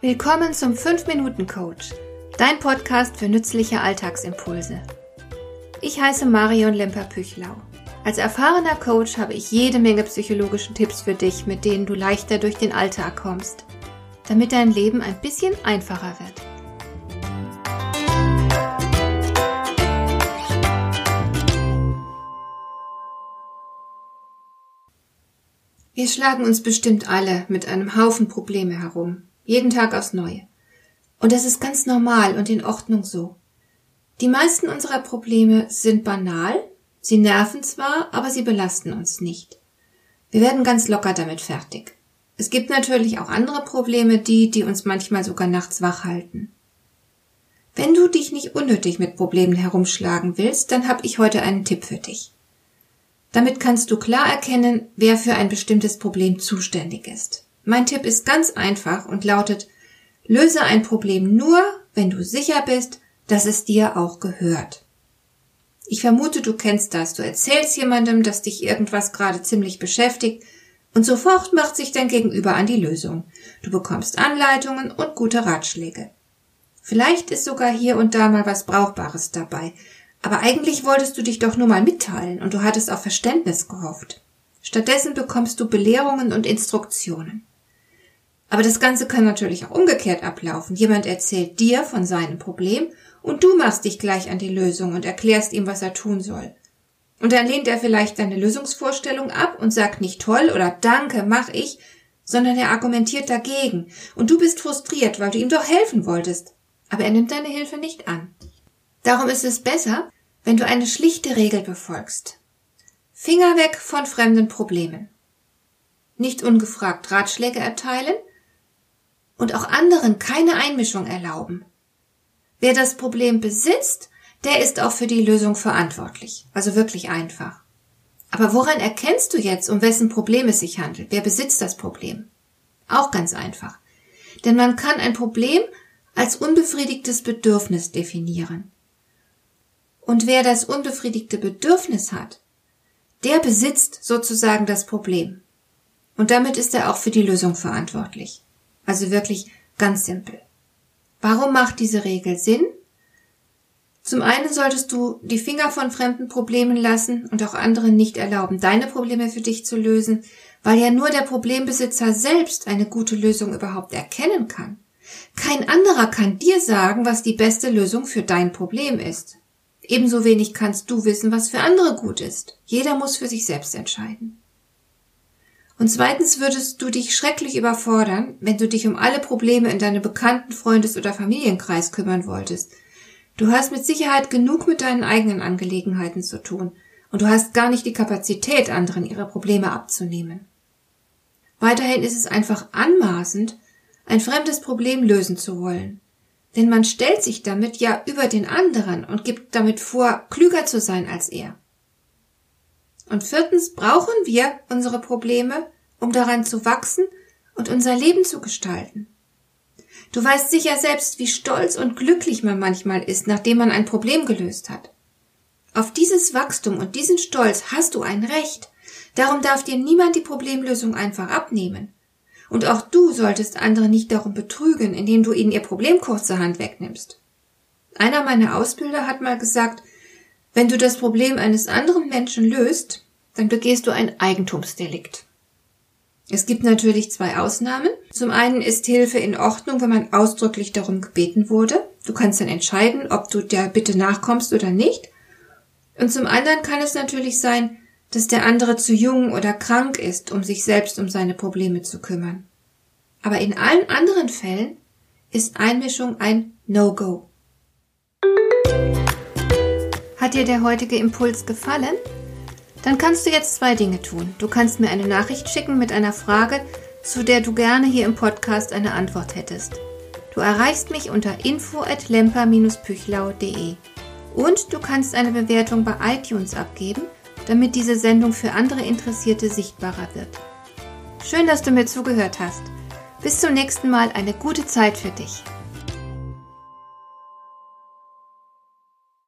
Willkommen zum 5-Minuten-Coach, dein Podcast für nützliche Alltagsimpulse. Ich heiße Marion Lemper-Püchlau. Als erfahrener Coach habe ich jede Menge psychologische Tipps für dich, mit denen du leichter durch den Alltag kommst, damit dein Leben ein bisschen einfacher wird. Wir schlagen uns bestimmt alle mit einem Haufen Probleme herum, jeden Tag aufs Neue. Und das ist ganz normal und in Ordnung so. Die meisten unserer Probleme sind banal, sie nerven zwar, aber sie belasten uns nicht. Wir werden ganz locker damit fertig. Es gibt natürlich auch andere Probleme, die uns manchmal sogar nachts wach halten. Wenn du dich nicht unnötig mit Problemen herumschlagen willst, dann habe ich heute einen Tipp für dich. Damit kannst du klar erkennen, wer für ein bestimmtes Problem zuständig ist. Mein Tipp ist ganz einfach und lautet: Löse ein Problem nur, wenn du sicher bist, dass es dir auch gehört. Ich vermute, du kennst das. Du erzählst jemandem, dass dich irgendwas gerade ziemlich beschäftigt und sofort macht sich dein Gegenüber an die Lösung. Du bekommst Anleitungen und gute Ratschläge. Vielleicht ist sogar hier und da mal was Brauchbares dabei. Aber eigentlich wolltest du dich doch nur mal mitteilen und du hattest auf Verständnis gehofft. Stattdessen bekommst du Belehrungen und Instruktionen. Aber das Ganze kann natürlich auch umgekehrt ablaufen. Jemand erzählt dir von seinem Problem und du machst dich gleich an die Lösung und erklärst ihm, was er tun soll. Und dann lehnt er vielleicht deine Lösungsvorstellung ab und sagt nicht toll oder danke, mach ich, sondern er argumentiert dagegen. Und du bist frustriert, weil du ihm doch helfen wolltest. Aber er nimmt deine Hilfe nicht an. Darum ist es besser, wenn du eine schlichte Regel befolgst. Finger weg von fremden Problemen. Nicht ungefragt Ratschläge erteilen und auch anderen keine Einmischung erlauben. Wer das Problem besitzt, der ist auch für die Lösung verantwortlich. Also wirklich einfach. Aber woran erkennst du jetzt, um wessen Problem es sich handelt? Wer besitzt das Problem? Auch ganz einfach. Denn man kann ein Problem als unbefriedigtes Bedürfnis definieren. Und wer das unbefriedigte Bedürfnis hat, der besitzt sozusagen das Problem. Und damit ist er auch für die Lösung verantwortlich. Also wirklich ganz simpel. Warum macht diese Regel Sinn? Zum einen solltest du die Finger von fremden Problemen lassen und auch anderen nicht erlauben, deine Probleme für dich zu lösen, weil ja nur der Problembesitzer selbst eine gute Lösung überhaupt erkennen kann. Kein anderer kann dir sagen, was die beste Lösung für dein Problem ist. Ebenso wenig kannst du wissen, was für andere gut ist. Jeder muss für sich selbst entscheiden. Und zweitens würdest du dich schrecklich überfordern, wenn du dich um alle Probleme in deinem Bekannten-, Freundes- oder Familienkreis kümmern wolltest. Du hast mit Sicherheit genug mit deinen eigenen Angelegenheiten zu tun und du hast gar nicht die Kapazität, anderen ihre Probleme abzunehmen. Weiterhin ist es einfach anmaßend, ein fremdes Problem lösen zu wollen. Denn man stellt sich damit ja über den anderen und gibt damit vor, klüger zu sein als er. Und viertens brauchen wir unsere Probleme, um daran zu wachsen und unser Leben zu gestalten. Du weißt sicher selbst, wie stolz und glücklich man manchmal ist, nachdem man ein Problem gelöst hat. Auf dieses Wachstum und diesen Stolz hast du ein Recht. Darum darf dir niemand die Problemlösung einfach abnehmen. Und auch du solltest andere nicht darum betrügen, indem du ihnen ihr Problem kurzerhand wegnimmst. Einer meiner Ausbilder hat mal gesagt, wenn du das Problem eines anderen Menschen löst, dann begehst du ein Eigentumsdelikt. Es gibt natürlich 2 Ausnahmen. Zum einen ist Hilfe in Ordnung, wenn man ausdrücklich darum gebeten wurde. Du kannst dann entscheiden, ob du der Bitte nachkommst oder nicht. Und zum anderen kann es natürlich sein, dass der andere zu jung oder krank ist, um sich selbst um seine Probleme zu kümmern. Aber in allen anderen Fällen ist Einmischung ein No-Go. Hat dir der heutige Impuls gefallen? Dann kannst du jetzt 2 Dinge tun. Du kannst mir eine Nachricht schicken mit einer Frage, zu der du gerne hier im Podcast eine Antwort hättest. Du erreichst mich unter info@lemper-püchlau.de. Und du kannst eine Bewertung bei iTunes abgeben, damit diese Sendung für andere Interessierte sichtbarer wird. Schön, dass du mir zugehört hast. Bis zum nächsten Mal, eine gute Zeit für dich.